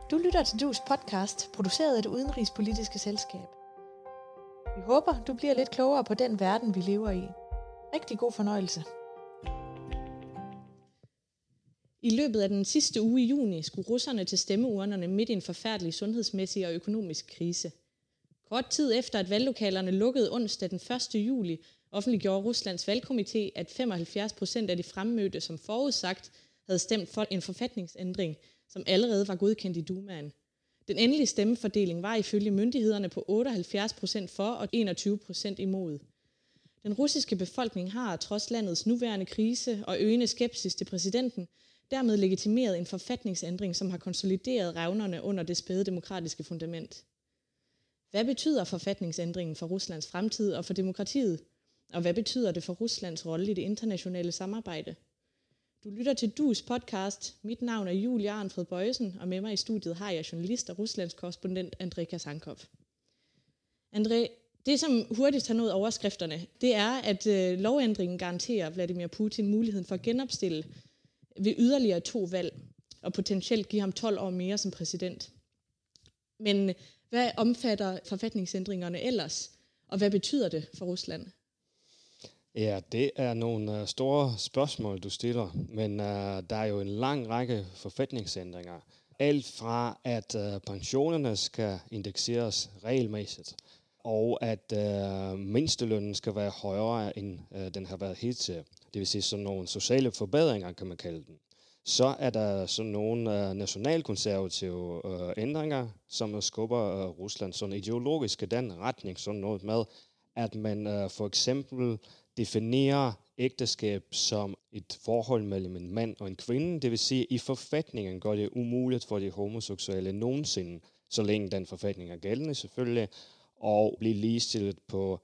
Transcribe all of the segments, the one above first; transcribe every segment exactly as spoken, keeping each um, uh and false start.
Du lytter til D U's podcast, produceret af Det Udenrigspolitiske Selskab. Vi håber, du bliver lidt klogere på den verden, vi lever i. Rigtig god fornøjelse. I løbet af den sidste uge i juni skulle russerne til stemmeurnerne midt i en forfærdelig sundhedsmæssig og økonomisk krise. Kort tid efter, at valglokalerne lukkede onsdag den første juli, offentliggjorde Ruslands valgkomité, at femoghalvfjerds procent af de fremmødte, som forudsagt, havde stemt for en forfatningsændring, som allerede var godkendt i Dumaen. Den endelige stemmefordeling var ifølge myndighederne på otteoghalvfjerds procent for og enogtyve procent imod. Den russiske befolkning har, trods landets nuværende krise og øgende skepsis til præsidenten, dermed legitimeret en forfatningsændring, som har konsolideret revnerne under det spæde demokratiske fundament. Hvad betyder forfatningsændringen for Ruslands fremtid og for demokratiet? Og hvad betyder det for Ruslands rolle i det internationale samarbejde? Du lytter til D U's podcast. Mit navn er Julie Arnfred Bøjesen, og med mig i studiet har jeg journalist og Ruslands korrespondent André Kasankov. André, det som hurtigst har nået overskrifterne, det er, at øh, lovændringen garanterer Vladimir Putin muligheden for at genopstille ved yderligere to valg, og potentielt give ham tolv år mere som præsident. Men hvad omfatter forfatningsændringerne ellers, og hvad betyder det for Rusland? Ja, det er nogle uh, store spørgsmål, du stiller, men uh, der er jo en lang række forfatningsændringer. Alt fra, at uh, pensionerne skal indekseres regelmæssigt, og at uh, mindstelønnen skal være højere, end uh, den har været hidtil. Det vil sige sådan nogle sociale forbedringer, kan man kalde dem. Så er der sådan nogle uh, nationalkonservative uh, ændringer, som skubber uh, Rusland sådan ideologisk i den retning, sådan noget med, at man uh, for eksempel definerer ægteskab som et forhold mellem en mand og en kvinde. Det vil sige, at i forfatningen gør det umuligt for de homoseksuelle nogensinde, så længe den forfatning er gældende selvfølgelig, og blive ligestillet på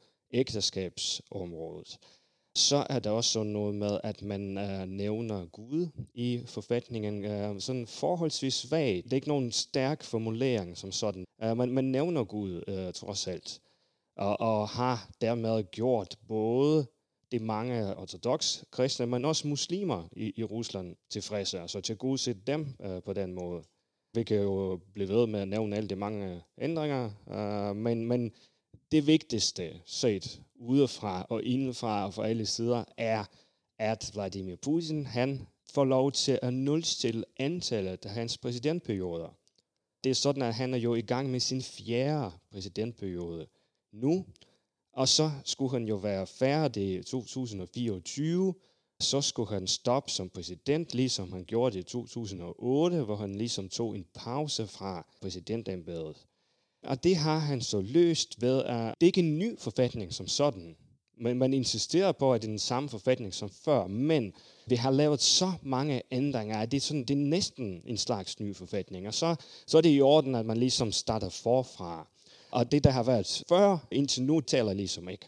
ægteskabsområdet. Så er der også sådan noget med, at man uh, nævner Gud i forfatningen. Uh, sådan forholdsvis vagt. Det er ikke nogen stærk formulering som sådan. Uh, man, man nævner Gud uh, trods alt, og, og har dermed gjort både de mange ortodoks kristne, men også muslimer i, i Rusland tilfredse, altså til gode se dem uh, på den måde. Vi kan jo blive ved med at nævne alle de mange ændringer, uh, men, men det vigtigste set udefra og indenfra og fra alle sider er, at Vladimir Putin han får lov til at nulstille antallet af hans præsidentperioder. Det er sådan, at han er jo i gang med sin fjerde præsidentperiode nu, og så skulle han jo være færdig i to tusind fireogtyve, så skulle han stoppe som præsident, ligesom han gjorde det i to tusind otte, hvor han ligesom tog en pause fra præsidentembedet. Og det har han så løst ved, at det ikke er en ny forfatning som sådan, men man insisterer på, at det er den samme forfatning som før, men vi har lavet så mange ændringer, at det er, sådan, det er næsten en slags ny forfatning, og så, så er det i orden, at man ligesom starter forfra. Og det, der har været før, indtil nu, taler ligesom ikke.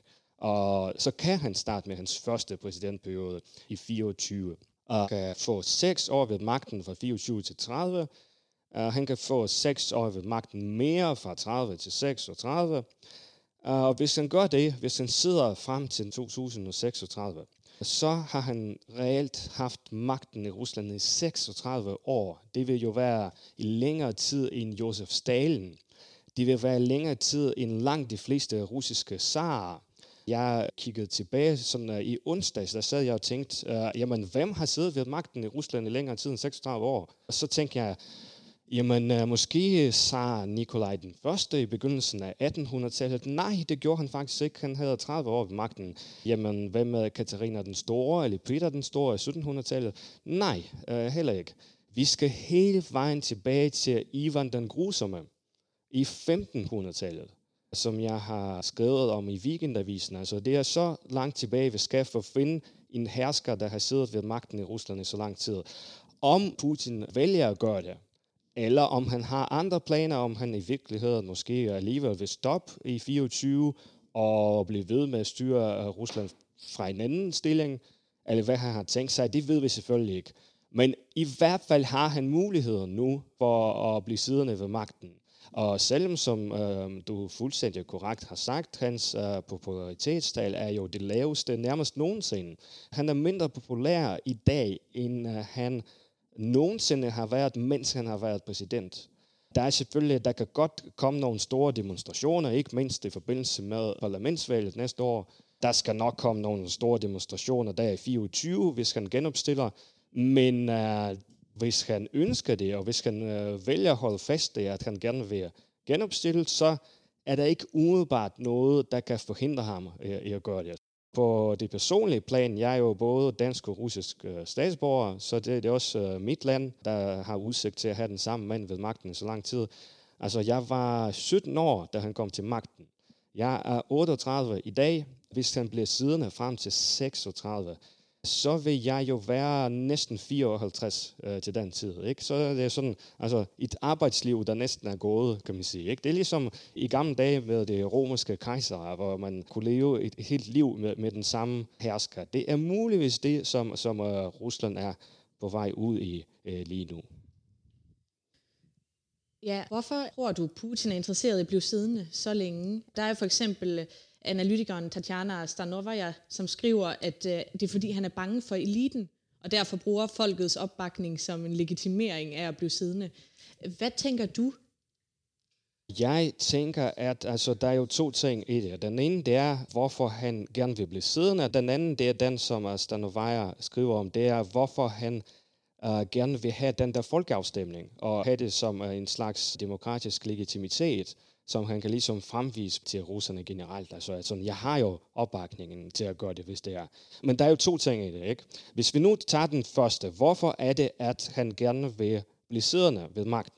Og så kan han starte med hans første præsidentperiode i fireogtyve, og kan få seks år ved magten fra fireogtyve til tredive. Uh, han kan få seks år ved magten mere fra tredive til seksogtredive. Uh, og hvis han gør det, hvis han sidder frem til to tusind seksogtredive, så har han reelt haft magten i Rusland i seksogtredive år. Det vil jo være i længere tid end Josef Stalin. Det vil være længere tid end langt de fleste russiske zarer. Jeg kiggede tilbage sådan, uh, i onsdags, der sad jeg og tænkte, uh, jamen hvem har siddet ved magten i Rusland i længere tid end seksogtredive år? Og så tænkte jeg, jamen uh, måske zar Nikolaj den første i begyndelsen af attenhundredetallet. Nej, det gjorde han faktisk ikke. Han havde tredive år ved magten. Jamen hvad med Katarina den Store eller Peter den Store i syttenhundredetallet? Nej, uh, heller ikke. Vi skal hele vejen tilbage til Ivan den Grusomme i femtenhundredetallet, som jeg har skrevet om i Weekendavisen. Altså det er så langt tilbage, vi skal for at finde en hersker, der har siddet ved magten i Rusland i så lang tid. Om Putin vælger at gøre det, eller om han har andre planer, om han i virkeligheden måske alligevel vil stoppe i fireogtyve og blive ved med at styre Rusland fra en anden stilling, eller hvad han har tænkt sig, det ved vi selvfølgelig ikke. Men i hvert fald har han muligheden nu for at blive siddende ved magten. Og selvom, som øh, du fuldstændig korrekt har sagt, hans øh, popularitetstal er jo det laveste nærmest nogensinde. Han er mindre populær i dag, end øh, han nogensinde har været, mens han har været præsident. Der er selvfølgelig, der kan godt komme nogle store demonstrationer, ikke mindst i forbindelse med parlamentsvalget næste år. Der skal nok komme nogle store demonstrationer der i fireogtyve, hvis han genopstiller. Men uh, hvis han ønsker det, og hvis han uh, vælger at holde fast i, at han gerne vil genopstille, så er der ikke umiddelbart noget, der kan forhindre ham i, i at gøre det. På det personlige plan, jeg er jo både dansk og russisk uh, statsborger, så det, det er også uh, mit land, der har udsigt til at have den samme mand ved magten i så lang tid. Altså, jeg var sytten år, da han kom til magten. Jeg er otteogtredive i dag. Hvis han bliver siddende frem til seksogtredive, så vil jeg jo være næsten fireoghalvtreds øh, til den tid. Ikke? Så det er sådan, altså et arbejdsliv, der næsten er gået, kan man sige. Ikke? Det er ligesom i gamle dage med det romerske kejser, hvor man kunne leve et helt liv med, med den samme hersker. Det er muligvis det, som, som uh, Rusland er på vej ud i uh, lige nu. Ja, hvorfor tror du, Putin er interesseret i at blive siddende så længe? Der er for eksempel analytikeren Tatjana Stanovaya, som skriver, at øh, det er fordi, han er bange for eliten, og derfor bruger folkets opbakning som en legitimering af at blive siddende. Hvad tænker du? Jeg tænker, at altså, der er jo to ting i det. Den ene, det er, hvorfor han gerne vil blive siddende. Den anden, det er den, som Stanovaya skriver om, det er, hvorfor han uh, gerne vil have den der folkeafstemning, og have det som uh, en slags demokratisk legitimitet, som han kan ligesom fremvise til russerne generelt. Altså, altså, jeg har jo opbakningen til at gøre det, hvis det er. Men der er jo to ting i det, ikke? Hvis vi nu tager den første, hvorfor er det, at han gerne vil blive siddende ved magt?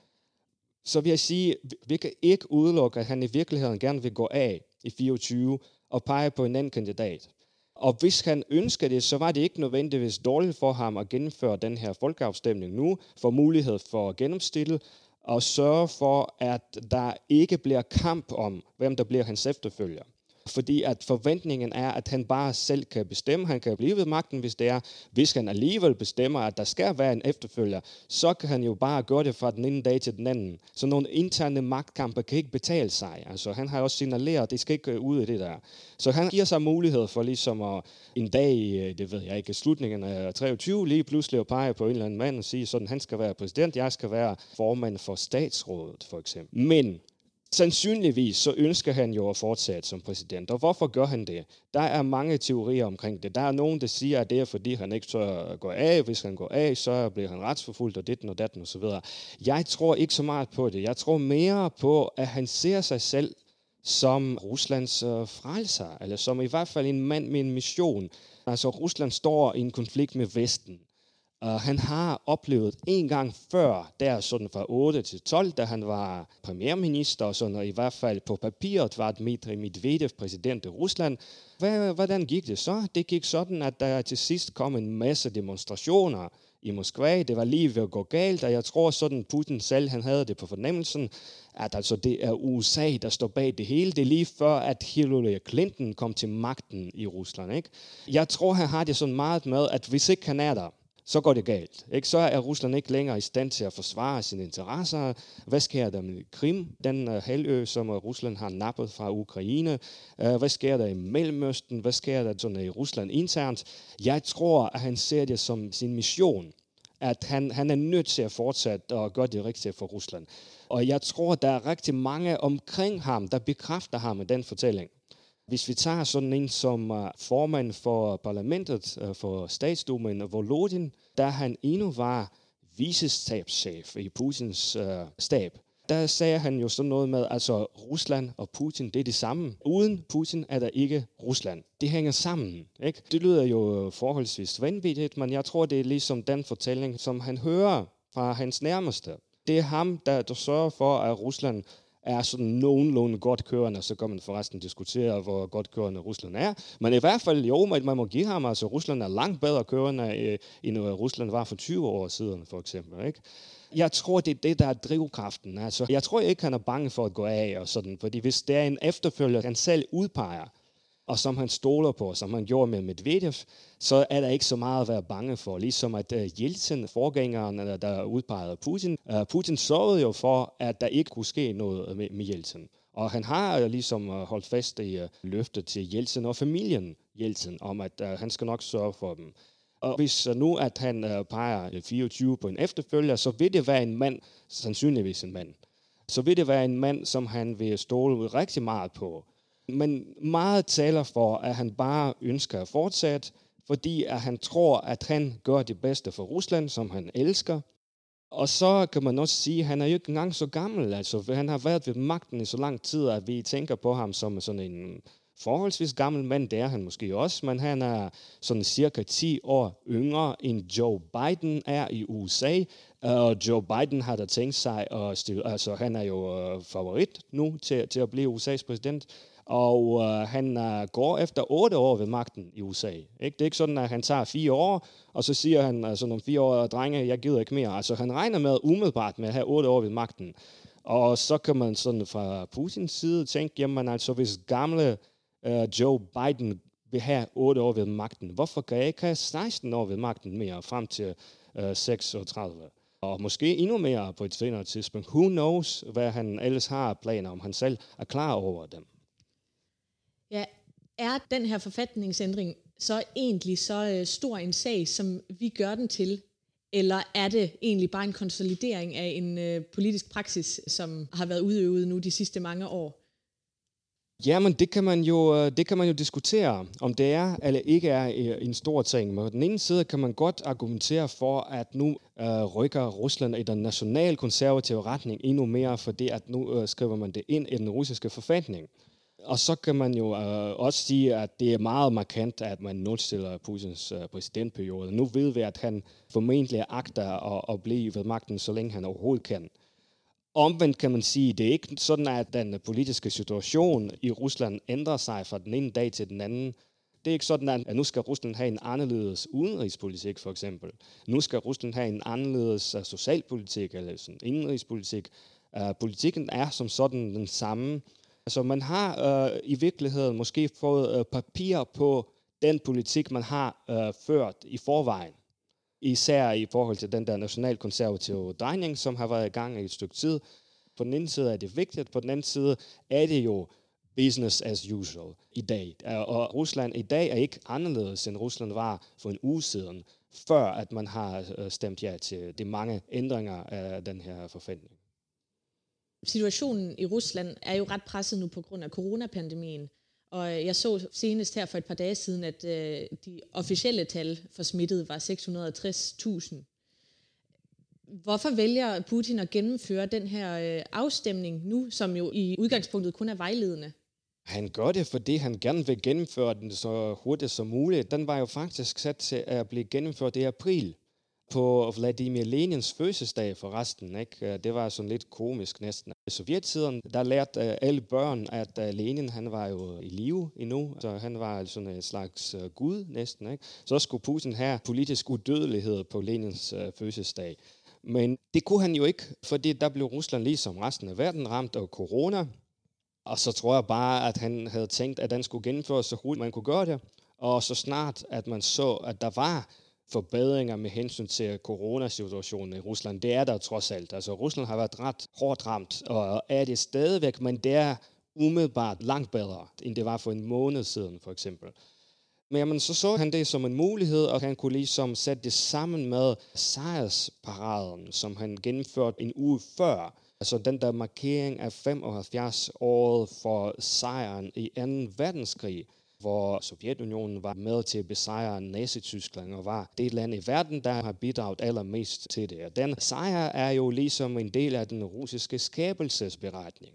Så vil jeg sige, vi kan ikke udelukke, at han i virkeligheden gerne vil gå af i fireogtyve og pege på en anden kandidat. Og hvis han ønsker det, så var det ikke nødvendigvis dårligt for ham at gennemføre den her folkeafstemning nu, for mulighed for at genopstille, og sørge for, at der ikke bliver kamp om, hvem der bliver hans efterfølger. Fordi at forventningen er, at han bare selv kan bestemme, han kan blive ved magten, hvis det er. Hvis han alligevel bestemmer, at der skal være en efterfølger, så kan han jo bare gøre det fra den ene dag til den anden. Så nogle interne magtkampe kan ikke betale sig. Altså, han har også signaleret, at det skal ikke ud i det der. Så han giver sig mulighed for ligesom at en dag, det ved jeg ikke, slutningen af treogtyve, lige pludselig at pege på en eller anden mand og sige, sådan, han skal være præsident, jeg skal være formand for statsrådet, for eksempel. Men sandsynligvis så ønsker han jo at fortsætte som præsident. Og hvorfor gør han det? Der er mange teorier omkring det. Der er nogen, der siger, at det er fordi, han ikke så går af. Hvis han går af, så bliver han retsforfulgt og ditten og datten og så videre. Jeg tror ikke så meget på det. Jeg tror mere på, at han ser sig selv som Ruslands øh, frelser. Eller som i hvert fald en mand med en mission. Altså Rusland står i en konflikt med Vesten. Uh, han har oplevet en gang før, der sådan fra otte til tolv, da han var premierminister, og sådan, og i hvert fald på papiret var Dmitri Medvedev præsident i Rusland. Hvad, hvordan gik det så? Det gik sådan, at der til sidst kom en masse demonstrationer i Moskva. Det var lige ved at gå galt, og jeg tror sådan, Putin selv, han havde det på fornemmelsen, at altså, det er U S A, der står bag det hele. Det er lige før, at Hillary Clinton kom til magten i Rusland. Ikke? Jeg tror, han har det sådan meget med, at hvis ikke han er der, så går det galt. Ikke? Så er Rusland ikke længere i stand til at forsvare sine interesser. Hvad sker der med Krim, den uh, halvø, som uh, Rusland har nappet fra Ukraine? Uh, hvad sker der i Mellemøsten? Hvad sker der sådan, uh, i Rusland internt? Jeg tror, at han ser det som sin mission, at han, han er nødt til at fortsætte og gøre det rigtigt for Rusland. Og jeg tror, der er rigtig mange omkring ham, der bekræfter ham med den fortælling. Hvis vi tager sådan en som uh, formand for parlamentet, uh, for statsdumen, Volodin, der han endnu var vicestabschef i Putins uh, stab, der sagde han jo sådan noget med, altså Rusland og Putin, det er det samme. Uden Putin er der ikke Rusland. Det hænger sammen. Ikke? Det lyder jo forholdsvis vanvittigt, men jeg tror, det er ligesom den fortælling, som han hører fra hans nærmeste. Det er ham, der, der sørger for, at Rusland er sådan nogenlunde godt kørende, så kan man forresten diskutere, hvor godt kørende Rusland er. Men i hvert fald, jo, man må give ham, altså Rusland er langt bedre kørende, end Rusland var for tyve år siden, for eksempel. Ikke? Jeg tror, det er det, der er drivkraften. Altså, jeg tror ikke, han er bange for at gå af, og sådan, fordi hvis det er en efterfølger, han selv udpeger, og som han stoler på, som han gjorde med Medvedev, så er der ikke så meget at være bange for. Ligesom at uh, Jeltsin, forgængeren, der, der udpegede Putin, uh, Putin sørgede jo for, at der ikke kunne ske noget med, med Jeltsin. Og han har uh, ligesom uh, holdt fast i uh, løftet til Jeltsin og familien Jeltsin, om at uh, han skal nok sørge for dem. Og hvis uh, nu, at han uh, peger fireogtyve på en efterfølger, så vil det være en mand, sandsynligvis en mand, så vil det være en mand, som han vil stole rigtig meget på. Men meget taler for, at han bare ønsker at fortsætte, fordi at han tror, at han gør det bedste for Rusland, som han elsker. Og så kan man også sige, at han er jo ikke engang så gammel. Altså, han har været ved magten i så lang tid, at vi tænker på ham som sådan en forholdsvis gammel mand. Det er han måske også, men han er sådan cirka ti år yngre, end Joe Biden er i U S A. Og Joe Biden har da tænkt sig at stille, altså han er jo favorit nu til, til at blive U S A's præsident. Og uh, han uh, går efter otte år ved magten i U S A. Ikke? Det er ikke sådan, at han tager fire år, og så siger han altså, nogle fire år, drenge, jeg gider ikke mere. Altså han regner med umiddelbart med at have otte år ved magten. Og så kan man sådan fra Putins side tænke, jamen altså hvis gamle uh, Joe Biden vil have otte år ved magten, hvorfor kan jeg ikke have seksten år ved magten mere frem til uh, seksogtredive? Og måske endnu mere på et senere tidspunkt. Who knows, hvad han ellers har planer, om han selv er klar over dem. Ja, er den her forfatningsændring så egentlig så øh, stor en sag, som vi gør den til? Eller er det egentlig bare en konsolidering af en øh, politisk praksis, som har været udøvet nu de sidste mange år? Jamen, det kan man jo, det kan man jo diskutere, om det er eller ikke er en stor ting. Men på den ene side kan man godt argumentere for, at nu øh, rykker Rusland i den nationalkonservative retning endnu mere, fordi at nu øh, skriver man det ind i den russiske forfatning. Og så kan man jo øh, også sige, at det er meget markant, at man nulstiller Putins øh, præsidentperiode. Nu ved vi, at han formentlig agter at, at blive ved magten, så længe han overhovedet kan. Omvendt kan man sige, at det er ikke sådan, at den politiske situation i Rusland ændrer sig fra den ene dag til den anden. Det er ikke sådan, at nu skal Rusland have en anderledes udenrigspolitik, for eksempel. Nu skal Rusland have en anderledes uh, socialpolitik eller sådan indenrigspolitik. Uh, politikken er som sådan den samme. Altså man har uh, i virkeligheden måske fået uh, papir på den politik, man har uh, ført i forvejen. Især i forhold til den der nationalkonservative drejning, som har været i gang i et stykke tid. På den ene side er det vigtigt, på den anden side er det jo business as usual i dag. Og Rusland i dag er ikke anderledes, end Rusland var for en uge siden, før at man har stemt ja til de mange ændringer af den her forfatning. Situationen i Rusland er jo ret presset nu på grund af coronapandemien. Og jeg så senest her for et par dage siden, at øh, de officielle tal for smittede var seks hundrede og tres tusind. Hvorfor vælger Putin at gennemføre den her øh, afstemning nu, som jo i udgangspunktet kun er vejledende? Han gør det, fordi han gerne vil gennemføre den så hurtigt som muligt. Den var jo faktisk sat til at blive gennemført i april. På Vladimir Lenins fødselsdag forresten, ikke? Det var sådan lidt komisk næsten. I sovjettiden, der lærte alle børn, at Lenin, han var jo i live endnu, så han var sådan en slags gud næsten, ikke? Så skulle Putin have politisk udødelighed på Lenins fødselsdag. Men det kunne han jo ikke, fordi der blev Rusland ligesom resten af verden ramt af corona. Og så tror jeg bare, at han havde tænkt, at den skulle gennemføres så hurtigt man kunne gøre det. Og så snart, at man så, at der var forbedringer med hensyn til coronasituationen i Rusland. Det er der trods alt. Altså Rusland har været ret hårdt ramt, og er det stadigvæk, men det er umiddelbart langt bedre, end det var for en måned siden, for eksempel. Men jamen, så så han det som en mulighed, og han kunne ligesom sætte det sammen med sejrsparaden, som han gennemførte en uge før. Altså den der markering af femoghalvfjerds året for sejren i anden verdenskrig, hvor Sovjetunionen var med til at besejre Nazi-Tyskland og var det land i verden, der har bidraget allermest til det. Og den sejr er jo ligesom en del af den russiske skabelsesberetning.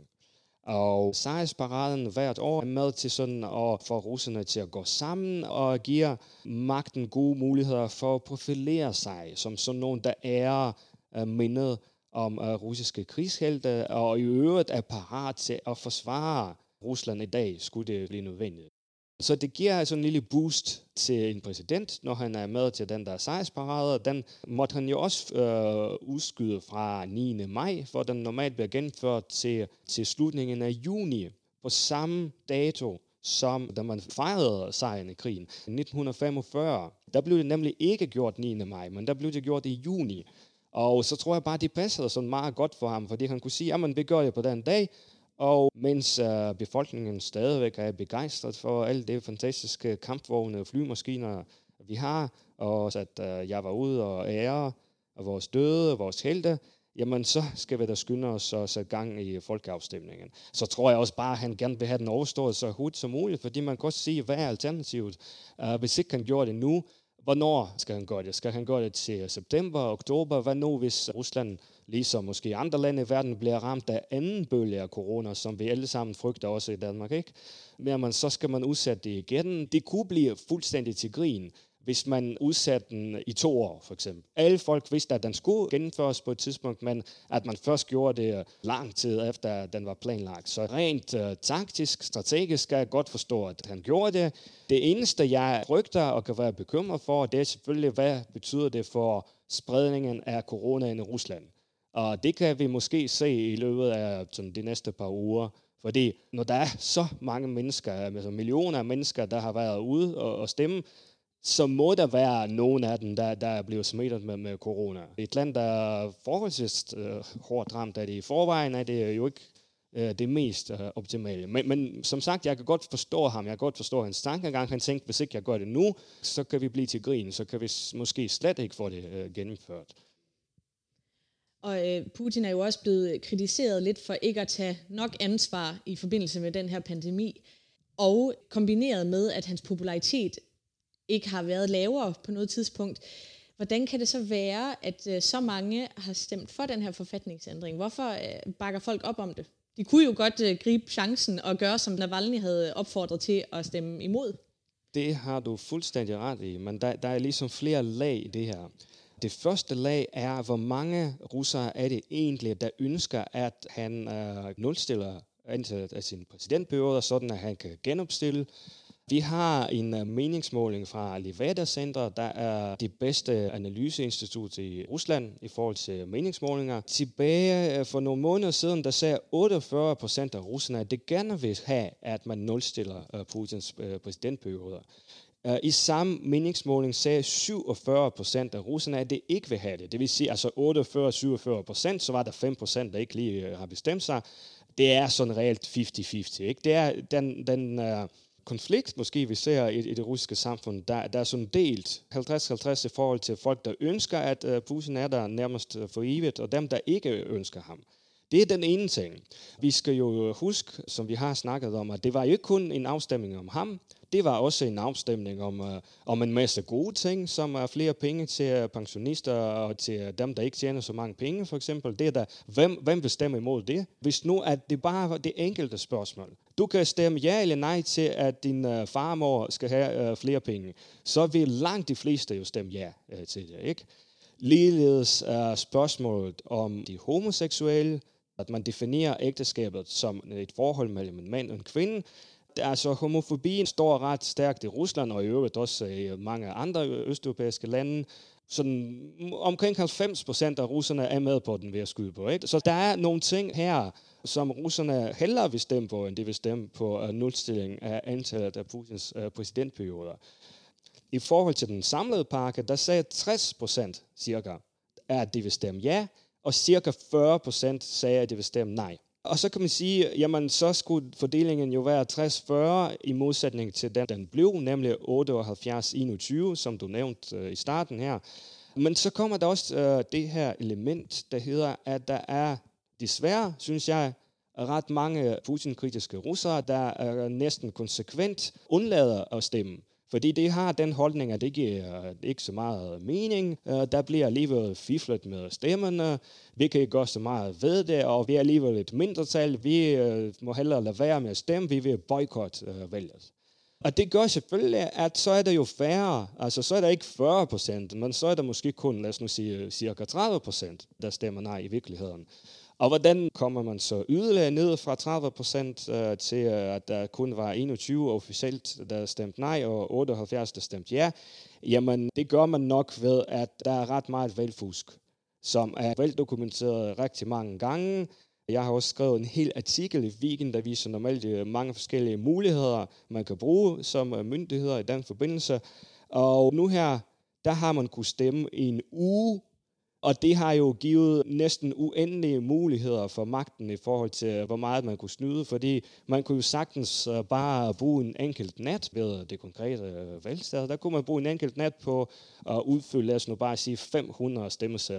Og sejrsparaden hvert år er med til sådan at få russerne til at gå sammen og give magten gode muligheder for at profilere sig som sådan nogen, der er mindet om russiske krigshelte og i øvrigt er parat til at forsvare Rusland i dag, skulle det blive nødvendigt. Så det giver altså en lille boost til en præsident, når han er med til den der sejrsparade. Den måtte han jo også øh, udskyde fra niende maj, for den normalt bliver gennemført til, til slutningen af juni, på samme dato, som da man fejrede sejren i krigen. I nitten femogfyrre, der blev det nemlig ikke gjort niende maj, men der blev det gjort i juni. Og så tror jeg bare, det passede sådan meget godt for ham, fordi han kunne sige, jamen vi gør det på den dag. Og mens uh, befolkningen stadigvæk er begejstret for alle de fantastiske kampvogne og flymaskiner, vi har, og at uh, jeg var ude og ære af vores døde og vores helte, jamen så skal vi da skynde os og sætte gang i folkeafstemningen. Så tror jeg også bare, at han gerne vil have den overstået så hurtigt som muligt, fordi man kan godt sige, hvad er alternativet? Uh, hvis ikke han gjorde det nu, hvornår skal han gøre det? Skal han gøre det til september, oktober? Hvad nu, hvis Rusland, ligesom måske andre lande i verden, bliver ramt af anden bølge af corona, som vi alle sammen frygter også i Danmark, ikke? Men så skal man udsætte det igen. Det kunne blive fuldstændig til grin, hvis man udsatte den i to år, for eksempel. Alle folk vidste, at den skulle gennemføres på et tidspunkt, men at man først gjorde det lang tid efter, den var planlagt. Så rent uh, taktisk, strategisk skal jeg godt forstå, at han gjorde det. Det eneste, jeg frygter og kan være bekymret for, det er selvfølgelig, hvad betyder det for spredningen af corona i Rusland. Og det kan vi måske se i løbet af sådan, de næste par uger. Fordi når der er så mange mennesker, altså millioner af mennesker, der har været ude og, og stemme, så må der være nogen af dem, der, der er blevet smittet med, med corona. Et land, der er forholdsvis øh, hårdt ramt af det i forvejen, er det jo ikke øh, det mest øh, optimale. Men, men som sagt, jeg kan godt forstå ham, jeg kan godt forstå hans tankegang. Han tænkte, hvis ikke jeg gør det nu, så kan vi blive til grin, så kan vi måske slet ikke få det øh, gennemført. Og øh, Putin er jo også blevet kritiseret lidt for ikke at tage nok ansvar i forbindelse med den her pandemi, og kombineret med, at hans popularitet ikke har været lavere på noget tidspunkt. Hvordan kan det så være, at øh, så mange har stemt for den her forfatningsændring? Hvorfor øh, bakker folk op om det? De kunne jo godt øh, gribe chancen og gøre, som Navalny havde opfordret til at stemme imod. Det har du fuldstændig ret i, men der, der er ligesom flere lag i det her. Det første lag er, hvor mange russere er det egentlig, der ønsker, at han øh, nulstiller antallet af sin præsidentperiode, sådan at han kan genopstille. Vi har en uh, meningsmåling fra Levada Center, der er det bedste analyseinstitut i Rusland i forhold til meningsmålinger. Tilbage for nogle måneder siden, der sagde otteogfyrre procent af russerne, at det gerne vil have, at man nulstiller uh, Putins uh, præsidentperioder. Uh, I samme meningsmåling sagde syvogfyrre procent af russerne, at det ikke vil have det. Det vil sige, altså otteogfyrre til syvogfyrre procent, så var der fem procent, der ikke lige uh, har bestemt sig. Det er sådan reelt halvtreds halvtreds, ikke? Det er den... den uh, konflikt, måske vi ser i, i det russiske samfund, der, der er sådan delt halvtreds halvtreds i forhold til folk, der ønsker, at uh, Putin er der nærmest for evigt, og dem, der ikke ønsker ham. Det er den ene ting. Vi skal jo huske, som vi har snakket om, at det var jo ikke kun en afstemning om ham, det var også en afstemning om, uh, om en masse gode ting, som er flere penge til pensionister og til dem, der ikke tjener så mange penge, for eksempel. Det er der, hvem, hvem vil stemme imod det? Hvis nu at det bare var det enkelte spørgsmål. Du kan stemme ja eller nej til, at din uh, farmor skal have uh, flere penge. Så vil langt de fleste jo stemme ja uh, til det, ikke? Ligeledes er spørgsmålet om de homoseksuelle, at man definerer ægteskabet som et forhold mellem en mand og en kvinde. Altså homofobien står ret stærkt i Rusland og i øvrigt også i mange andre østeuropæiske lande. Sådan omkring halvfems procent af russerne er med på den ved at skyde på, ikke? Så der er nogle ting her, som russerne hellere vil stemme på, end de vil stemme på uh, nulstilling af antallet af Putins uh, præsidentperioder. I forhold til den samlede pakke, der sagde tres procent cirka, at de vil stemme ja, og cirka fyrre procent sagde, at de vil stemme nej. Og så kan man sige, jamen så skulle fordelingen jo være tres fyrre i modsætning til den, den blev, nemlig otteoghalvfjerds enogtyve, som du nævnte uh, i starten her. Men så kommer der også uh, det her element, der hedder, at der er desværre, synes jeg, ret mange Putin-kritiske russere, der uh, næsten konsekvent undlader at stemme. Fordi det har den holdning, at det giver ikke så meget mening. Der bliver alligevel fiflet med stemmerne. Vi kan ikke gøre så meget ved det, og vi er alligevel et mindretal. Vi må hellere lade være med at stemme. Vi vil boykotte valget. Og det gør selvfølgelig, at så er der jo færre. Altså så er der ikke fyrre procent, men så er der måske kun, lad os nu sige, cirka tredive procent, der stemmer nej i virkeligheden. Og hvordan kommer man så yderligere ned fra tredive procent øh, til, at der kun var enogtyve officielt, der stemte nej, og otteoghalvfjerds, der stemte ja? Jamen, det gør man nok ved, at der er ret meget valgfusk, som er veldokumenteret rigtig mange gange. Jeg har også skrevet en hel artikel i Weekend, der viser normalt mange forskellige muligheder, man kan bruge som myndigheder i den forbindelse. Og nu her, der har man kunnet stemme i en uge, og det har jo givet næsten uendelige muligheder for magten i forhold til, hvor meget man kunne snyde, fordi man kunne jo sagtens bare bruge en enkelt nat ved det konkrete valgsted. Der kunne man bruge en enkelt nat på at udfylde, lad os nu bare sige, fem hundrede stemmesedler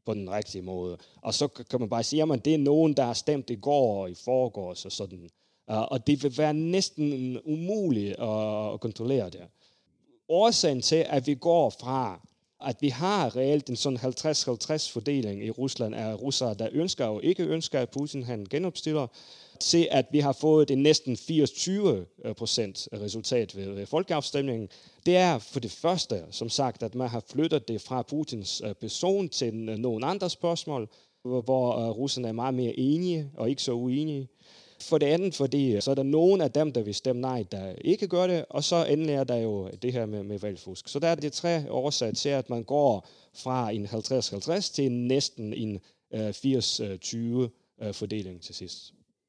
på den rigtige måde. Og så kan man bare sige, at det er nogen, der har stemt i går og i forgårs og sådan. Og det vil være næsten umuligt at kontrollere det. Årsagen til, at vi går fra, at vi har reelt en sådan halvtreds halvtreds fordeling i Rusland af russere, der ønsker og ikke ønsker, at Putin han genopstiller, til at vi har fået en næsten firs tyve procent resultat ved, ved folkeafstemningen. Det er for det første, som sagt, at man har flyttet det fra Putins person til nogle andre spørgsmål, hvor russerne er meget mere enige og ikke så uenige. For det andet, fordi så er der nogen af dem, der vil stemme nej, der ikke gør det, og så endelig er der jo det her med, med valgfusk. Så der er det tre årsager til, at man går fra en halvtreds halvtreds til næsten en uh, firs tyve uh, fordeling til sidst.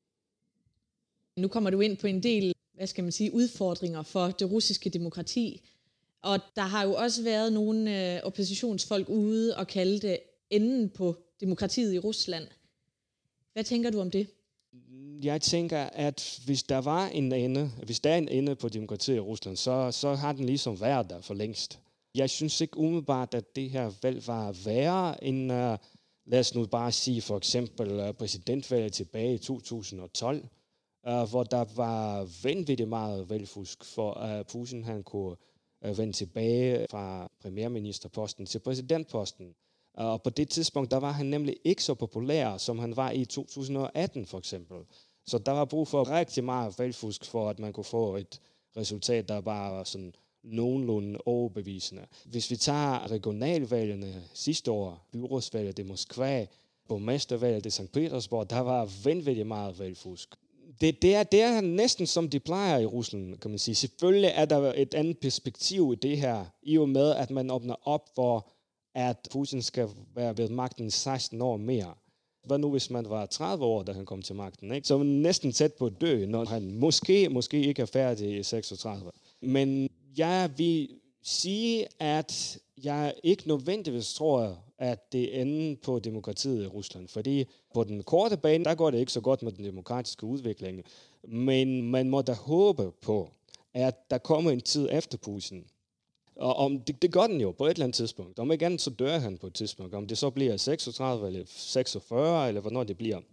Nu kommer du ind på en del, hvad skal man sige, udfordringer for det russiske demokrati, og der har jo også været nogle øh, oppositionsfolk ude og kalde det enden på demokratiet i Rusland. Hvad tænker du om det? Jeg tænker, at hvis der var en ende, hvis der er en ende på demokratiet i Rusland, så, så har den ligesom været der for længst. Jeg synes ikke umiddelbart, at det her valg var værre end, uh, lad os nu bare sige for eksempel uh, præsidentvalget tilbage i to tusind og tolv, uh, hvor der var vanvittigt meget valgfusk, for uh, Putin han kunne uh, vende tilbage fra premierministerposten til præsidentposten. Og på det tidspunkt, der var han nemlig ikke så populær, som han var i to tusind og atten for eksempel. Så der var brug for rigtig meget valgfusk, for at man kunne få et resultat, der bare var sådan nogenlunde overbevisende. Hvis vi tager regionalvalgene sidste år, byrådsvalget i Moskva, borgmestervalget i Sankt Petersborg, der var vanvittigt meget valgfusk. Det, det, er, det er næsten som de plejer i Rusland, kan man sige. Selvfølgelig er der et andet perspektiv i det her, i og med at man åbner op for, at Putin skal være ved magten seksten år mere. Hvad nu, hvis man var tredive år, da han kom til magten? Ikke? Så er man næsten tæt på at dø, når han måske, måske ikke er færdig i seksogtredive. Men jeg vil sige, at jeg ikke nødvendigvis tror, at det ender på demokratiet i Rusland. Fordi på den korte bane, der går det ikke så godt med den demokratiske udvikling. Men man må da håbe på, at der kommer en tid efter Putin. Og om det, det gør den jo på et eller andet tidspunkt. Om ikke andet, så dør han på et tidspunkt. Om det så bliver seksogtredive eller seksogfyrre, eller hvornår det bliver.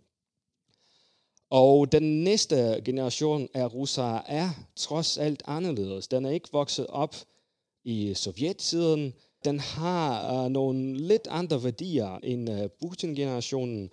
Og den næste generation af russere er trods alt anderledes. Den er ikke vokset op i sovjettiden. Den har uh, nogle lidt andre værdier end uh, Putin-generationen.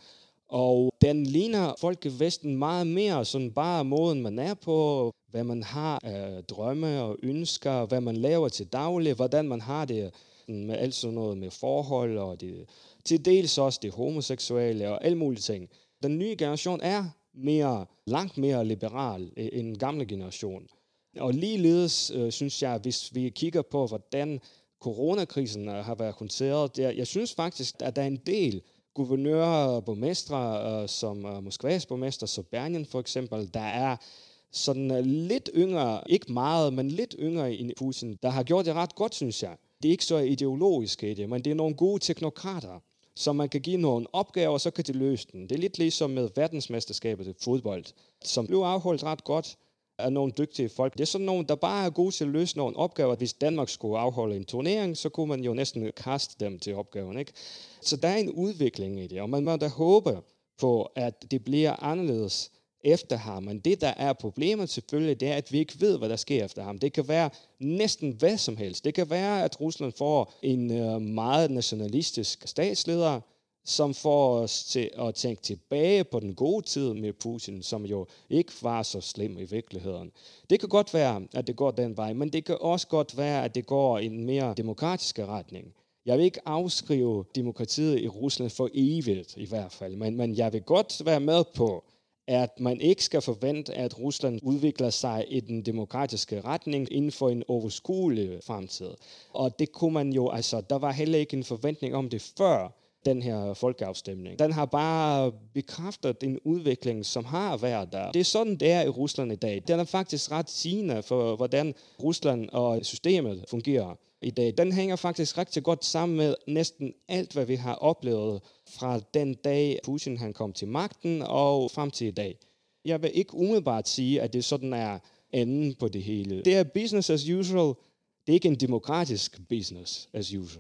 Og den ligner folk i Vesten meget mere, sådan bare måden man er på, hvad man har af drømme og ønsker, hvad man laver til daglig, hvordan man har det med alt sådan noget med forhold, og det, til dels også det homoseksuelle og alle mulige ting. Den nye generation er mere, langt mere liberal end den gamle generation. Og ligeledes øh, synes jeg, hvis vi kigger på, hvordan coronakrisen har været håndteret, der, jeg synes faktisk, at der er en del guvernører og borgmestre, som Moskvas borgmester, Sobyanin for eksempel, der er sådan lidt yngre, ikke meget, men lidt yngre end Putin, der har gjort det ret godt, synes jeg. Det er ikke så ideologisk i det, men det er nogle gode teknokrater, som man kan give nogle opgaver, og så kan de løse den. Det er lidt ligesom med verdensmesterskabet i fodbold, som blev afholdt ret godt af nogle dygtige folk. Det er sådan nogle, der bare er gode til at løse nogle opgaver. Hvis Danmark skulle afholde en turnering, så kunne man jo næsten kaste dem til opgaven, ikke? Så der er en udvikling i det, og man må da håbe på, at det bliver anderledes efter ham. Men det, der er problemet selvfølgelig, det er, at vi ikke ved, hvad der sker efter ham. Det kan være næsten hvad som helst. Det kan være, at Rusland får en øh, meget nationalistisk statsleder, som får os til at tænke tilbage på den gode tid med Putin, som jo ikke var så slem i virkeligheden. Det kan godt være, at det går den vej, men det kan også godt være, at det går i en mere demokratisk retning. Jeg vil ikke afskrive demokratiet i Rusland for evigt i hvert fald, men, men jeg vil godt være med på, at man ikke skal forvente, at Rusland udvikler sig i den demokratiske retning inden for en overskuelig fremtid. Og det kunne man jo, altså, der var heller ikke en forventning om det før den her folkeafstemning. Den har bare bekræftet en udvikling, som har været der. Det er sådan, det er i Rusland i dag. Den er faktisk ret sigende for, hvordan Rusland og systemet fungerer i dag. Den hænger faktisk rigtig godt sammen med næsten alt, hvad vi har oplevet fra den dag, Putin han kom til magten og frem til i dag. Jeg vil ikke umiddelbart sige, at det sådan er enden på det hele. Det er business as usual. Det er ikke en demokratisk business as usual.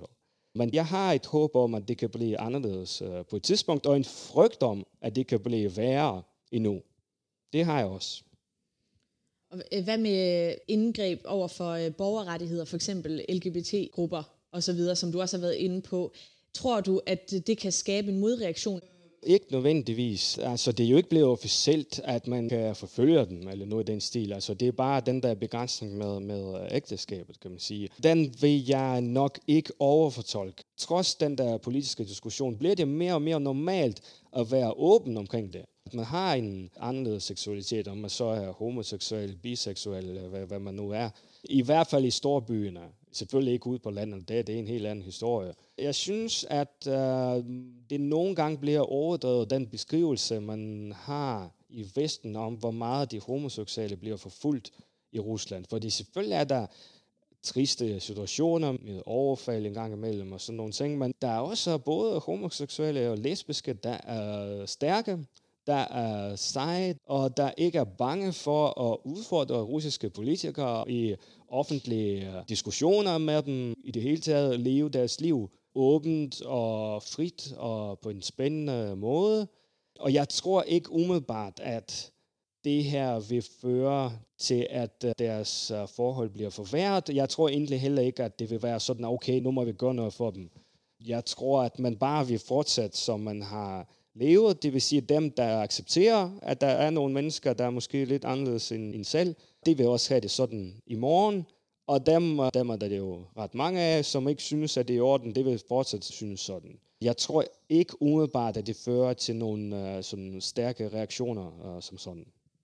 Men jeg har et håb om, at det kan blive anderledes uh, på et tidspunkt, og en frygt om, at det kan blive værre endnu. Det har jeg også. Og hvad med indgreb over for borgerrettigheder, for eksempel L G B T-grupper osv., som du også har været inde på? Tror du, at det kan skabe en modreaktion? Ikke nødvendigvis. Altså, det er jo ikke blevet officielt, at man kan forfølge dem, eller noget i den stil. Altså, det er bare den der begrænsning med, med ægteskabet, kan man sige. Den vil jeg nok ikke overfortolke. Trods den der politiske diskussion, bliver det mere og mere normalt at være åben omkring det. At man har en anden seksualitet, om man så er homoseksuel, biseksuel, eller hvad, hvad man nu er. I hvert fald i storbyerne. Selvfølgelig ikke ude på landet, det, det er en helt anden historie. Jeg synes, at øh, det nogle gange bliver overdrevet, den beskrivelse, man har i Vesten om, hvor meget de homoseksuelle bliver forfulgt i Rusland. Fordi selvfølgelig er der triste situationer med overfald en gang imellem og sådan nogle ting, men der er også både homoseksuelle og lesbiske, der er stærke, der er seje, og der ikke er bange for at udfordre russiske politikere i offentlige diskussioner med dem, i det hele taget leve deres liv åbent og frit og på en spændende måde. Og jeg tror ikke umiddelbart, at det her vil føre til, at deres forhold bliver forværret. Jeg tror egentlig heller ikke, at det vil være sådan, okay, nu må vi gøre noget for dem. Jeg tror, at man bare vil fortsætte, som man har levet. Det vil sige, at dem, der accepterer, at der er nogle mennesker, der er måske lidt anderledes end en selv, det vil også have det sådan i morgen. Og dem, dem er der jo ret mange af, som ikke synes, at det er i orden, det vil fortsat synes sådan. Jeg tror ikke umiddelbart, at det fører til nogle uh, sådan stærke reaktioner uh, som sådan.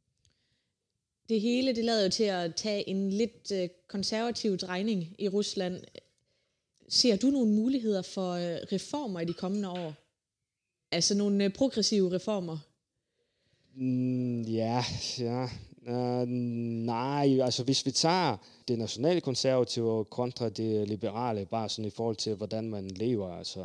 Det hele, det lader jo til at tage en lidt uh, konservativ drejning i Rusland. Ser du nogle muligheder for uh, reformer i de kommende år? Altså nogle uh, progressive reformer? Mm, ja, ja. Uh, nej, altså hvis vi tager det nationale konservative kontra det liberale, bare sådan i forhold til, hvordan man lever, altså,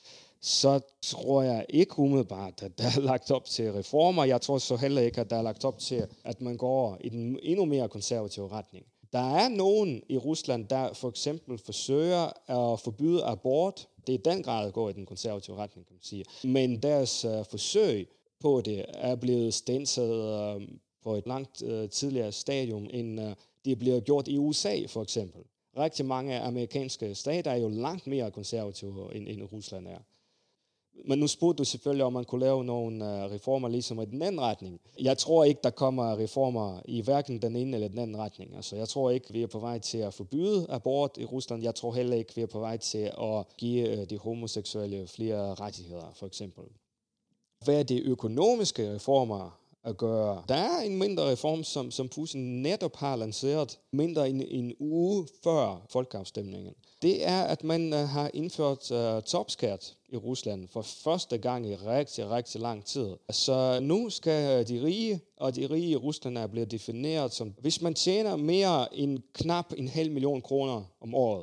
så tror jeg ikke umiddelbart, at der er lagt op til reformer. Jeg tror så heller ikke, at der er lagt op til, at man går i den endnu mere konservative retning. Der er nogen i Rusland, der for eksempel forsøger at forbyde abort. Det er i den grad går i den konservative retning, kan man sige. Men deres uh, forsøg på det er blevet standset uh, på et langt uh, tidligere stadium, end uh, det bliver gjort i U S A for eksempel. Rigtig mange amerikanske stater er jo langt mere konservative, end, end Rusland er. Men nu spurgte du selvfølgelig, om man kunne lave nogle uh, reformer ligesom i den anden retning. Jeg tror ikke, der kommer reformer i hverken den ene eller den anden retning. Altså, jeg tror ikke, vi er på vej til at forbyde abort i Rusland. Jeg tror heller ikke, vi er på vej til at give uh, de homoseksuelle flere rettigheder, for eksempel. Hvad er de økonomiske reformer at gøre? Der er en mindre reform, som, som Putin netop har lanceret mindre end en uge før folkeafstemningen. Det er, at man uh, har indført uh, topskat i Rusland for første gang i rigtig, rigtig lang tid. Så nu skal de rige, og de rige i Rusland er blevet defineret som, hvis man tjener mere end knap en halv million kroner om året,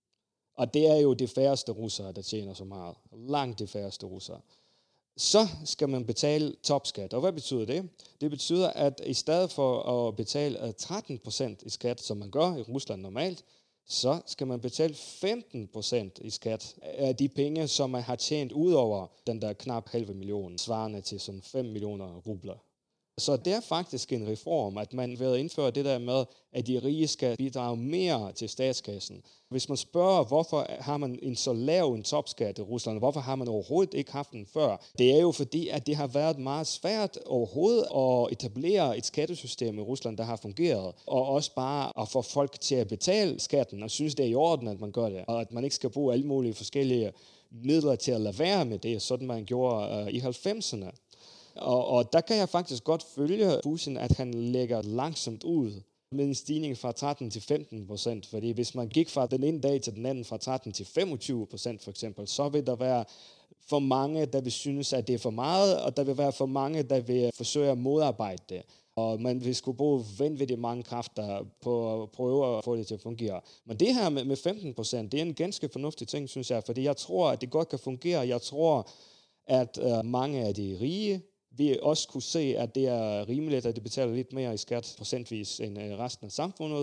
og det er jo de færreste russere, der tjener så meget, langt de færreste russere, så skal man betale topskat. Og hvad betyder det? Det betyder, at i stedet for at betale tretten procent i skat, som man gør i Rusland normalt, så skal man betale femten procent i skat af de penge, som man har tjent ud over den der knap halve million, svarende til sådan fem millioner rubler. Så det er faktisk en reform, at man ved at indføre det der med, at de rige skal bidrage mere til statskassen. Hvis man spørger, hvorfor har man en så lav en topskat i Rusland, hvorfor har man overhovedet ikke haft den før? Det er jo fordi, at det har været meget svært overhovedet at etablere et skattesystem i Rusland, der har fungeret. Og også bare at få folk til at betale skatten, og synes det er i orden, at man gør det. Og at man ikke skal bruge alle mulige forskellige midler til at lade være med det, sådan man gjorde uh, i halvfemserne. Og, og der kan jeg faktisk godt følge Putin, at han lægger langsomt ud med en stigning fra tretten til femten procent. Fordi hvis man gik fra den ene dag til den anden fra tretten til femogtyve procent for eksempel, så vil der være for mange, der vil synes, at det er for meget, og der vil være for mange, der vil forsøge at modarbejde det. Og man vil skulle bruge vanvittigt mange kræfter på at prøve at få det til at fungere. Men det her med femten procent, det er en ganske fornuftig ting, synes jeg, fordi jeg tror, at det godt kan fungere. Jeg tror, at uh, mange af de rige vi også kunne se, at det er rimeligt, at de betaler lidt mere i skat procentvis end resten af samfundet.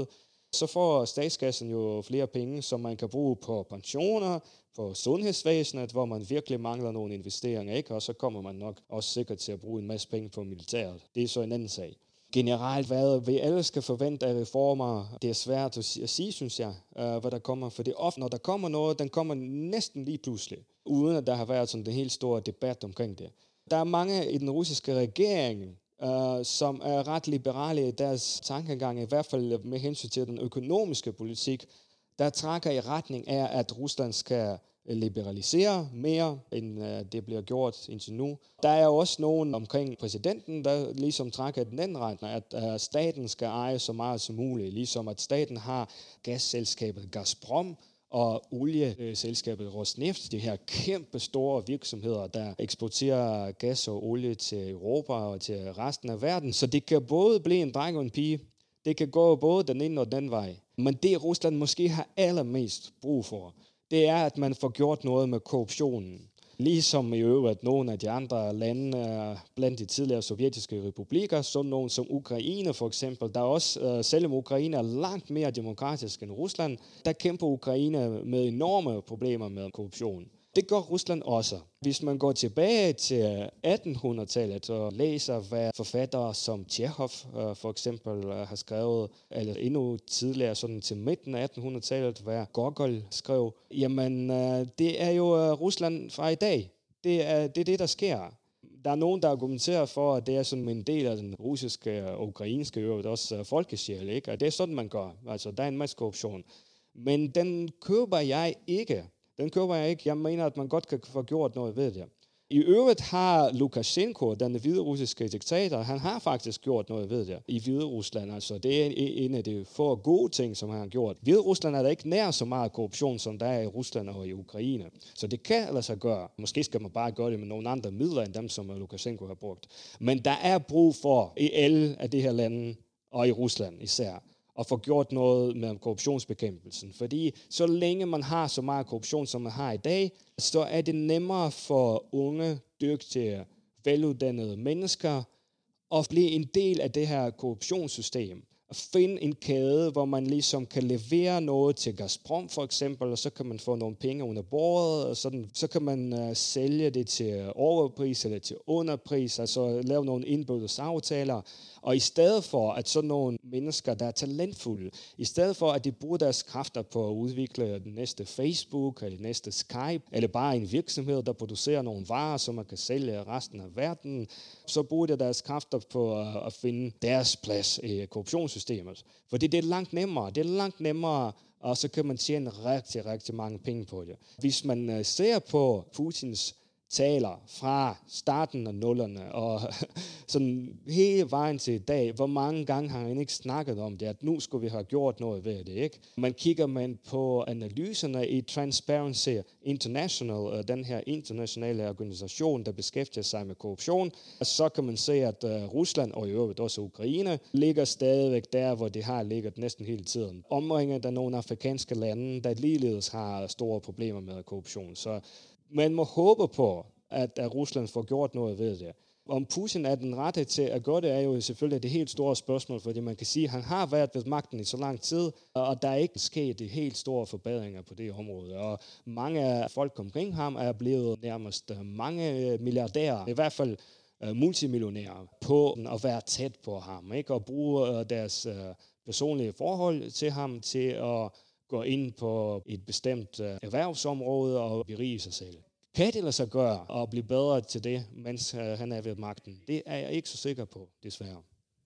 så får statskassen jo flere penge, som man kan bruge på pensioner, på sundhedsvæsenet, hvor man virkelig mangler nogle investeringer, ikke? Og så kommer man nok også sikkert til at bruge en masse penge på militæret. Det er så en anden sag. Generelt, hvad vi alle skal forvente af reformer, det er svært at sige, synes jeg, hvad der kommer. For det er ofte, når der kommer noget, den kommer næsten lige pludselig, uden at der har været sådan en helt stor debat omkring det. Der er mange i den russiske regering, Uh, som er ret liberale i deres tankegang, i hvert fald med hensyn til den økonomiske politik, der trækker i retning af, at Rusland skal liberalisere mere, end uh, det bliver gjort indtil nu. Der er også nogen omkring præsidenten, der ligesom trækker i den anden retning, at uh, staten skal eje så meget som muligt, ligesom at staten har gasselskabet Gazprom, og olieselskabet Rosneft, de her kæmpe store virksomheder, der eksporterer gas og olie til Europa og til resten af verden. Så det kan både blive en dreng og en pige. Det kan gå både den ene og den vej. Men det Rusland måske har allermest brug for, det er, at man får gjort noget med korruptionen. Ligesom i øvrigt nogle af de andre lande blandt de tidligere sovjetiske republikker, sådan nogle som Ukraine for eksempel, der også, selvom Ukraine er langt mere demokratisk end Rusland, der kæmper Ukraine med enorme problemer med korruption. Det gør Rusland også. Hvis man går tilbage til attenhundredetallet og læser, hvad forfattere som Tjekhov for eksempel har skrevet, eller endnu tidligere sådan til midten af attenhundredetallet, hvad Gogol skrev, jamen det er jo Rusland fra i dag. Det er det, er det der sker. Der er nogen, der argumenterer for, at det er sådan en del af den russiske og ukrainske øvrigt også folkesjæl, ikke? Og det er sådan, man gør. Altså, der er en masse korruption. Men den køber jeg ikke. Den køber jeg ikke. Jeg mener, at man godt kan få gjort noget ved det. I øvrigt har Lukashenko, den hviderussiske diktator, han har faktisk gjort noget ved det i Hviderusland. Altså, det er en af de få gode ting, som han har gjort. Hviderusland er der ikke nær så meget korruption, som der er i Rusland og i Ukraine. Så det kan lade sig gøre. Måske skal man bare gøre det med nogle andre midler, end dem, som Lukashenko har brugt. Men der er brug for i alle af de her lande, og i Rusland især, og få gjort noget med korruptionsbekæmpelsen. Fordi så længe man har så meget korruption, som man har i dag, så er det nemmere for unge, dygtige, veluddannede mennesker at blive en del af det her korruptionssystem. At finde en kæde, hvor man ligesom kan levere noget til Gazprom for eksempel, og så kan man få nogle penge under bordet, og sådan, så kan man uh, sælge det til overpris eller til underpris, altså lave nogle indbyrdes aftaler. Og i stedet for, at sådan nogle mennesker, der er talentfulde, i stedet for, at de bruger deres kræfter på at udvikle den næste Facebook, eller den næste Skype, eller bare en virksomhed, der producerer nogle varer, som man kan sælge resten af verden, så bruger de deres kræfter på at finde deres plads i korruptionssystemet. Fordi det er langt nemmere. Det er langt nemmere, og så kan man tjene rigtig, rigtig mange penge på det. Hvis man ser på Putins taler fra starten af nullerne og sådan hele vejen til i dag, hvor mange gange har han ikke snakket om det, at nu skulle vi have gjort noget ved det, ikke? Man kigger man på analyserne i Transparency International, den her internationale organisation, der beskæftiger sig med korruption, så kan man se, at Rusland og i øvrigt også Ukraine ligger stadigvæk der, hvor de har ligget næsten hele tiden. Omringet af nogle afrikanske lande, der ligeledes har store problemer med korruption. Så man må håbe på, at Rusland får gjort noget ved det. Om Putin er den rette til at gøre det, er jo selvfølgelig det helt store spørgsmål, fordi man kan sige, at han har været ved magten i så lang tid, og der er ikke sket de helt store forbedringer på det område. Og mange af folk omkring ham er blevet nærmest mange milliardærer, i hvert fald multimillionærer, på at være tæt på ham, ikke? Og bruge deres personlige forhold til ham til at gå ind på et bestemt erhvervsområde og berige sig selv. Kan det lade sig gøre at blive bedre til det, mens han er ved magten? Det er jeg ikke så sikker på, desværre.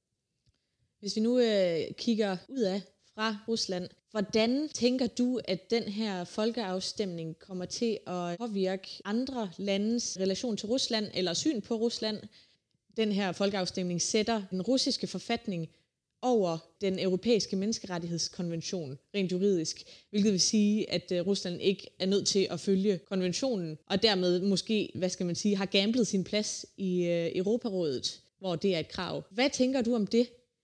Hvis vi nu øh, kigger ud af fra Rusland, hvordan tænker du, at den her folkeafstemning kommer til at påvirke andre landes relation til Rusland, eller syn på Rusland? Den her folkeafstemning sætter den russiske forfatning over den europæiske menneskerettighedskonvention, rent juridisk, hvilket vil sige, at uh, Rusland ikke er nødt til at følge konventionen, og dermed måske, hvad skal man sige, har gamblet sin plads i uh, Europarådet, hvor det er et krav. Hvad tænker du om det?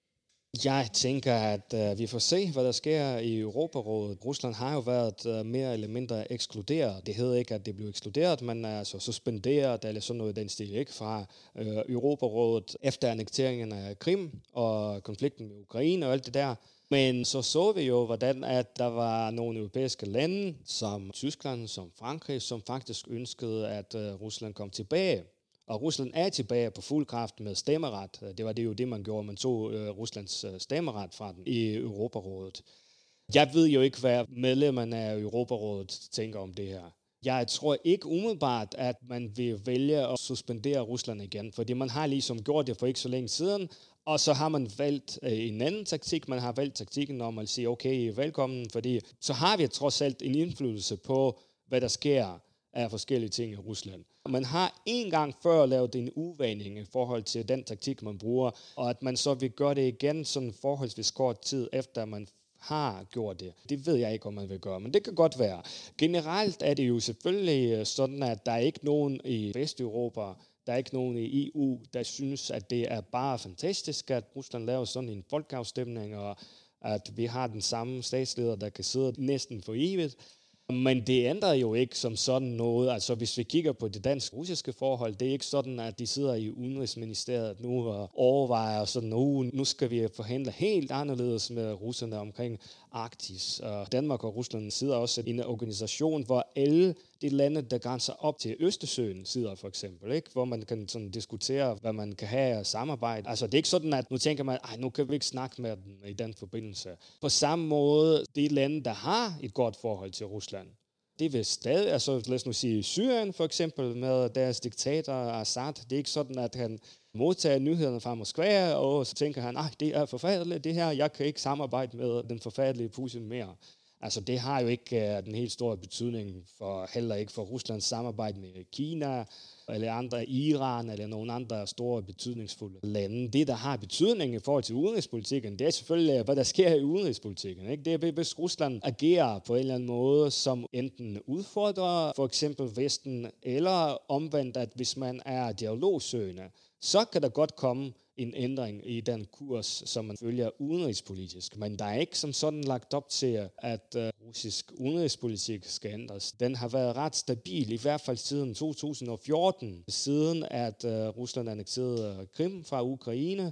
Jeg tænker, at uh, vi får se, hvad der sker i Europarådet. Rusland har jo været uh, mere eller mindre ekskluderet. Det hedder ikke, at det blev ekskluderet, men altså suspenderet eller sådan noget i den stil, ikke, fra uh, Europarådet efter annekteringen af Krim og konflikten med Ukraine og alt det der. Men så så vi jo, hvordan at der var nogle europæiske lande, som Tyskland, som Frankrig, som faktisk ønskede, at uh, Rusland kom tilbage. Og Rusland er tilbage på fuld kraft med stemmeret. Det var det jo det, man gjorde. Man tog øh, Ruslands øh, stemmeret fra den i Europarådet. Jeg ved jo ikke, hvad medlemmerne af Europarådet tænker om det her. Jeg tror ikke umiddelbart, at man vil vælge at suspendere Rusland igen, fordi man har ligesom gjort det for ikke så længe siden, og så har man valgt øh, en anden taktik. Man har valgt taktikken om at sige, okay, velkommen, fordi så har vi trods alt en indflydelse på, hvad der sker af forskellige ting i Rusland. Man har en gang før lavet en uvaning i forhold til den taktik, man bruger, og at man så vil gøre det igen sådan forholdsvis kort tid efter, man har gjort det. Det ved jeg ikke, om man vil gøre, men det kan godt være. Generelt er det jo selvfølgelig sådan, at der er ikke nogen i Vesteuropa, der er ikke nogen i E U, der synes, at det er bare fantastisk, at Rusland laver sådan en folkeafstemning, og at vi har den samme statsleder, der kan sidde næsten for evigt. Men det ændrer jo ikke som sådan noget. Altså hvis vi kigger på det dansk-russiske forhold, det er ikke sådan, at de sidder i Udenrigsministeriet nu og overvejer sådan, nu, nu skal vi forhandle helt anderledes med russerne omkring Arktis. Og Danmark og Rusland sidder også i en organisation, hvor alle de lande, der grænser op til Østersøen, sidder for eksempel, ikke? Hvor man kan sådan diskutere, hvad man kan have af samarbejde. Altså det er ikke sådan, at nu tænker man, ej, nu kan vi ikke snakke med dem i den forbindelse. På samme måde, de lande, der har et godt forhold til Rusland, det vil stadig, altså lad os nu sige Syrien for eksempel, med deres diktator Assad. Det er ikke sådan, at han modtager nyhederne fra Moskva, og så tænker han, nej, det er forfærdeligt det her, jeg kan ikke samarbejde med den forfærdelige Putin mere. Altså det har jo ikke uh, den helt store betydning, for heller ikke for Ruslands samarbejde med Kina, eller andre Iran, eller nogle andre store betydningsfulde lande. Det, der har betydning i forhold til udenrigspolitikken, det er selvfølgelig, hvad der sker i udenrigspolitikken. Ikke? Det er, hvis Rusland agerer på en eller anden måde, som enten udfordrer for eksempel Vesten, eller omvendt, at hvis man er dialogsøgende, så kan der godt komme en ændring i den kurs, som man følger udenrigspolitisk. Men der er ikke som sådan lagt op til, at uh, russisk udenrigspolitik skal ændres. Den har været ret stabil, i hvert fald siden to tusind og fjorten, siden at uh, Rusland annekterede Krim fra Ukraine.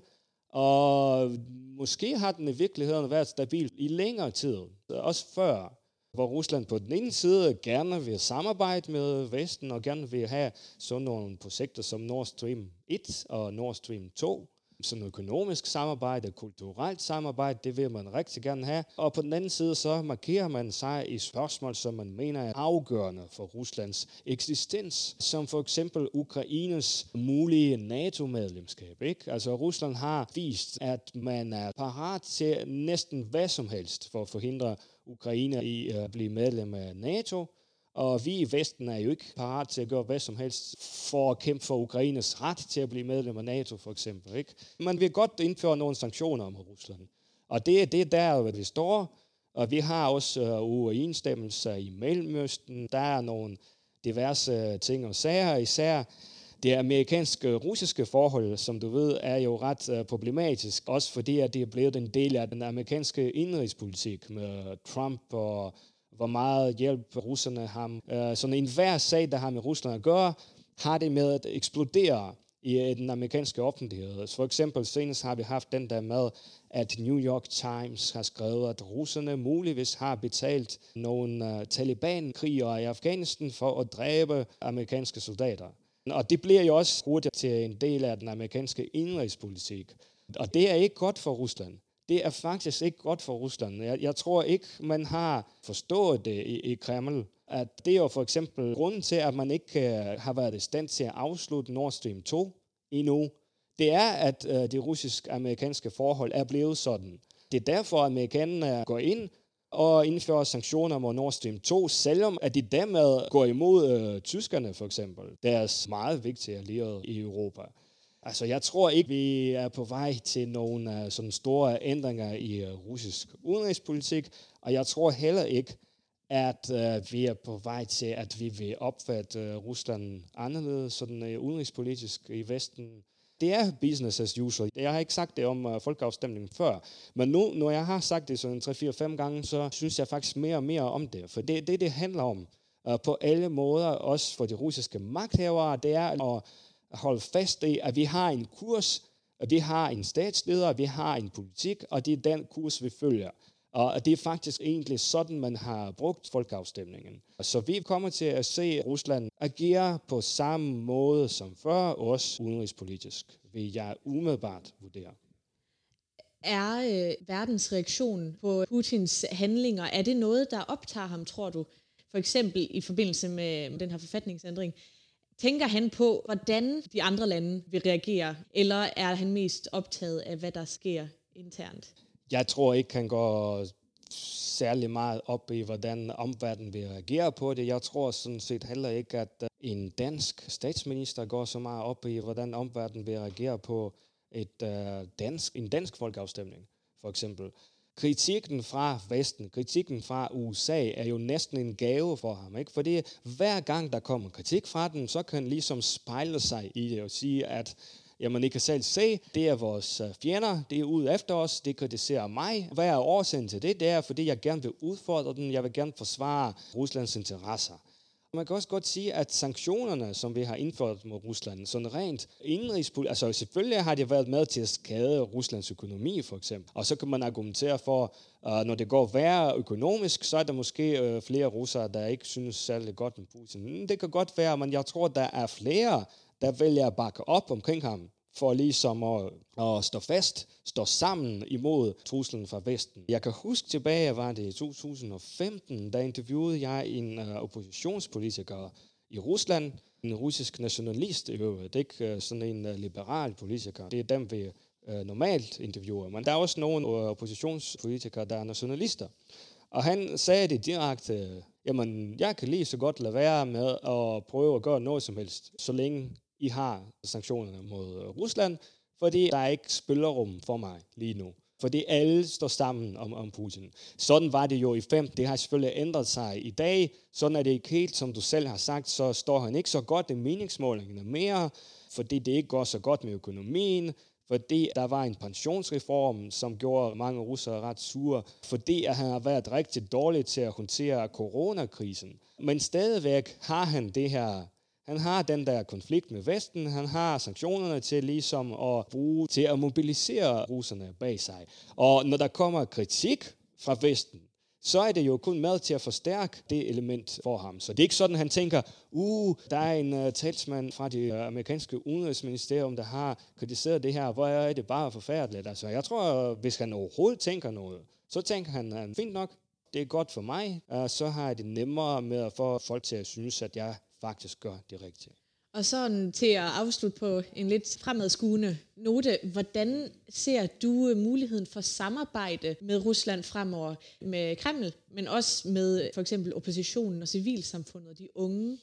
Og måske har den i virkeligheden været stabil i længere tid, også før, hvor Rusland på den ene side gerne vil samarbejde med Vesten og gerne vil have sådan nogle projekter som Nord Stream et og Nord Stream to. Sådan økonomisk samarbejde, kulturelt samarbejde, det vil man rigtig gerne have. Og på den anden side så markerer man sig i spørgsmål, som man mener er afgørende for Ruslands eksistens, som for eksempel Ukraines mulige NATO-medlemskab. Ikke? Altså Rusland har vist, at man er parat til næsten hvad som helst for at forhindre Ukraine i at blive medlem af NATO. Og vi i Vesten er jo ikke parat til at gøre hvad som helst for at kæmpe for Ukraines ret til at blive medlem af NATO, for eksempel. Ikke? Man vil godt indføre nogle sanktioner mod Rusland. Og det, det er der, hvor vi står. Og vi har også uh, uoverensstemmelser i Mellemøsten. Der er nogle diverse ting og sager. Især det amerikanske russiske forhold, som du ved, er jo ret uh, problematisk. Også fordi at det er blevet en del af den amerikanske indrigspolitik med Trump og hvor meget hjælp russerne har. Sådan en hver sag, der har med Rusland at gøre, har det med at eksplodere i den amerikanske offentlighed. For eksempel senest har vi haft den der med, at New York Times har skrevet, at russerne muligvis har betalt nogle uh, Taliban-krigere i Afghanistan for at dræbe amerikanske soldater. Og det bliver jo også hurtigt til en del af den amerikanske indrigspolitik. Og det er ikke godt for Rusland. Det er faktisk ikke godt for Rusland. Jeg, jeg tror ikke, man har forstået det i, i Kreml, at det er jo for eksempel grunden til, at man ikke uh, har været i stand til at afslutte Nord Stream to endnu. Det er, at uh, det russisk-amerikanske forhold er blevet sådan. Det er derfor, at amerikanerne går ind og indfører sanktioner mod Nord Stream to, selvom at de dermed går imod uh, tyskerne for eksempel, deres meget vigtige allierede i Europa. Altså, jeg tror ikke, vi er på vej til nogle uh, sådan store ændringer i uh, russisk udenrigspolitik, og jeg tror heller ikke, at uh, vi er på vej til, at vi vil opfatte uh, Rusland anderledes sådan uh, udenrigspolitisk i Vesten. Det er business as usual. Jeg har ikke sagt det om uh, folkeafstemningen før, men nu, når jeg har sagt det sådan tre, fire, fem gange, så synes jeg faktisk mere og mere om det. For det det, det handler om uh, på alle måder, også for de russiske magthavere, det er at holde fast i, at vi har en kurs, at vi har en statsleder, vi har en politik, og det er den kurs, vi følger. Og det er faktisk egentlig sådan, man har brugt folkeafstemningen. Så vi kommer til at se Rusland agere på samme måde som før, også udenrigspolitisk, vil jeg umiddelbart vurdere. Er øh, verdens reaktion på Putins handlinger, er det noget, der optager ham, tror du? For eksempel i forbindelse med den her forfatningsændring. Tænker han på, hvordan de andre lande vil reagere, eller er han mest optaget af, hvad der sker internt? Jeg tror ikke, han går særlig meget op i, hvordan omverdenen vil reagere på det. Jeg tror sådan set heller ikke, at en dansk statsminister går så meget op i, hvordan omverdenen vil reagere på et, uh, dansk, en dansk folkeafstemning, for eksempel. Kritikken fra Vesten, kritikken fra U S A er jo næsten en gave for ham, ikke? Fordi hver gang der kommer kritik fra dem, så kan han ligesom spejle sig i det og sige, at jamen, I kan selv se, det er vores fjender, det er ude efter os, det kritiserer mig. Hvad er årsagen til det? Det er, fordi jeg gerne vil udfordre den, jeg vil gerne forsvare Ruslands interesser. Man kan også godt sige, at sanktionerne, som vi har indført mod Rusland, sådan rent indrigspolitisk, altså selvfølgelig har det været med til at skade Ruslands økonomi, for eksempel. Og så kan man argumentere for, uh, når det går værre økonomisk, så er der måske uh, flere russere, der ikke synes særlig godt om Putin. Det kan godt være, men jeg tror, der er flere, der vælger at bakke op omkring ham, for ligesom at, at stå fast, stå sammen imod truslen fra Vesten. Jeg kan huske tilbage, var det i to tusind og femten, der interviewede jeg en uh, oppositionspolitiker i Rusland, en russisk nationalist i øvrigt, ikke sådan en uh, liberal politiker. Det er dem, vi uh, normalt interviewer, men der er også nogle uh, oppositionspolitikere, der er nationalister. Og han sagde det direkte, jamen, jeg kan lige så godt lade være med at prøve at gøre noget som helst, så længe I har sanktionerne mod Rusland, fordi der er ikke spillerum for mig lige nu. Fordi alle står sammen om, om Putin. Sådan var det jo i fem. Det har selvfølgelig ændret sig i dag. Sådan er det ikke helt, som du selv har sagt, så står han ikke så godt i meningsmålingerne mere, fordi det ikke går så godt med økonomien, fordi der var en pensionsreform, som gjorde mange russere ret sure, fordi han har været rigtig dårlig til at håndtere coronakrisen. Men stadigvæk har han det her. Han har den der konflikt med Vesten, han har sanktionerne til ligesom at bruge til at mobilisere russerne bag sig. Og når der kommer kritik fra Vesten, så er det jo kun med til at forstærke det element for ham. Så det er ikke sådan, han tænker, uh, der er en uh, talsmand fra det uh, amerikanske udenrigsministerium, der har kritiseret det her, hvor er det bare forfærdeligt. Altså, jeg tror, hvis han overhovedet tænker noget, så tænker han, uh, fint nok, det er godt for mig, uh, så har jeg det nemmere med at få folk til at synes, at jeg faktisk gør det rigtige. Og sådan til at afslutte på en lidt fremadskuende note, hvordan ser du muligheden for samarbejde med Rusland fremover med Kreml, men også med for eksempel oppositionen og civilsamfundet og de unge?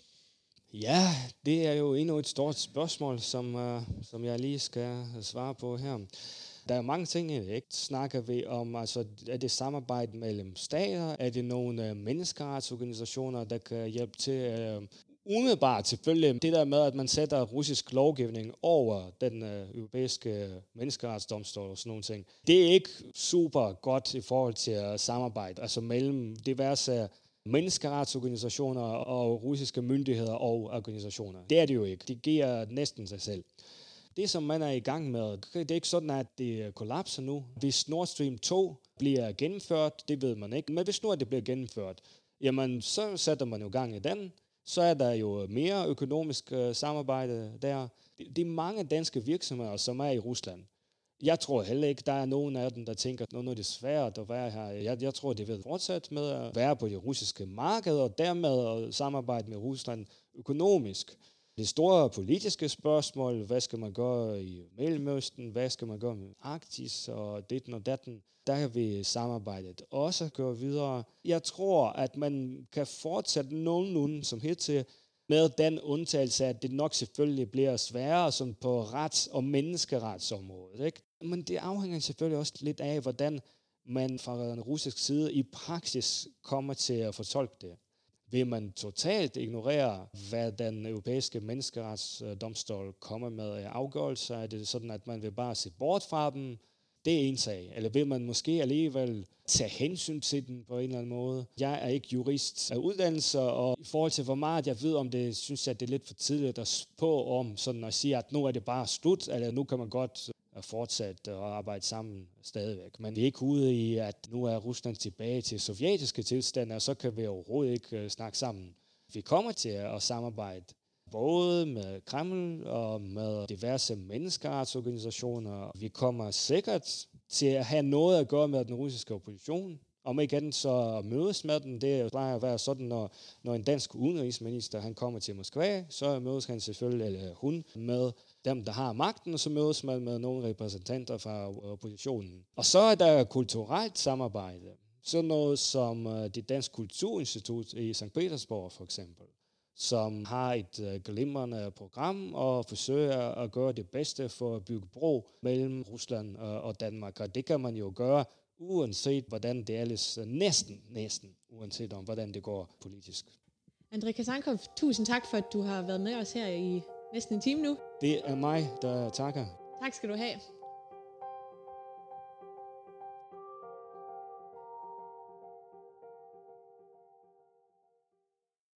Ja, det er jo endnu et stort spørgsmål, som, uh, som jeg lige skal svare på her. Der er jo mange ting i det, ikke? Snakker vi om, altså, er det samarbejde mellem stater? Er det nogle uh, menneskeretsorganisationer, der kan hjælpe til? Uh, umiddelbart selvfølgelig det der med, at man sætter russisk lovgivning over den uh, europæiske menneskeretsdomstol og sådan nogle ting. Det er ikke super godt i forhold til uh, samarbejde, altså mellem diverse menneskeretsorganisationer og russiske myndigheder og organisationer. Det er det jo ikke. Det giver næsten sig selv. Det, som man er i gang med, det er ikke sådan, at det kollapser nu. Hvis Nord Stream to bliver gennemført, det ved man ikke. Men hvis nu det bliver gennemført, jamen så sætter man jo gang i den. Så er der jo mere økonomisk uh, samarbejde der. Det er mange danske virksomheder, som er i Rusland. Jeg tror heller ikke, der er nogen af dem, der tænker, at nu er det svært at være her. Jeg, jeg tror, det vil fortsætte med at være på det russiske marked, og dermed at samarbejde med Rusland økonomisk. Det store politiske spørgsmål, hvad skal man gøre i Mellemøsten, hvad skal man gøre med Arktis og ditten og datten, der kan vi samarbejdet også gøre videre. Jeg tror, at man kan fortsætte nogenlunde som hidtil med den undtagelse, at det nok selvfølgelig bliver sværere sådan på rets- og menneskeretsområdet, ikke? Men det afhænger selvfølgelig også lidt af, hvordan man fra den russiske side i praksis kommer til at fortolke det. Vil man totalt ignorere, hvad den europæiske menneskeretsdomstol kommer med af afgørelser? Er det sådan, at man vil bare se bort fra dem? Det er en sag. Eller vil man måske alligevel tage hensyn til den på en eller anden måde? Jeg er ikke jurist af uddannelse, og i forhold til hvor meget jeg ved om det, synes jeg, det er lidt for tidligt at spå om, sådan at sige, at nu er det bare slut, eller nu kan man godt fortsætte at arbejde sammen stadigvæk. Men vi er ikke ude i, at nu er Rusland tilbage til sovjetiske tilstande, og så kan vi overhovedet ikke snakke sammen. Vi kommer til at samarbejde både med Kreml og med diverse menneskeretsorganisationer. Vi kommer sikkert til at have noget at gøre med den russiske opposition. Om ikke andet så mødes med den. Det plejer at være sådan, når, når en dansk udenrigsminister han kommer til Moskva, så mødes han selvfølgelig, eller hun, med dem, der har magten, og så mødes man med nogle repræsentanter fra oppositionen. Og så er der kulturelt samarbejde. Sådan noget som det Dansk Kulturinstitut i Sankt Petersborg for eksempel, som har et uh, glimrende program og forsøger at gøre det bedste for at bygge bro mellem Rusland og, og Danmark. Og det kan man jo gøre, uanset hvordan det ellers, næsten, næsten, uanset om hvordan det går politisk. Andrej Kasankov, tusind tak for, at du har været med os her i næsten en time nu. Det er mig, der takker. Tak skal du have.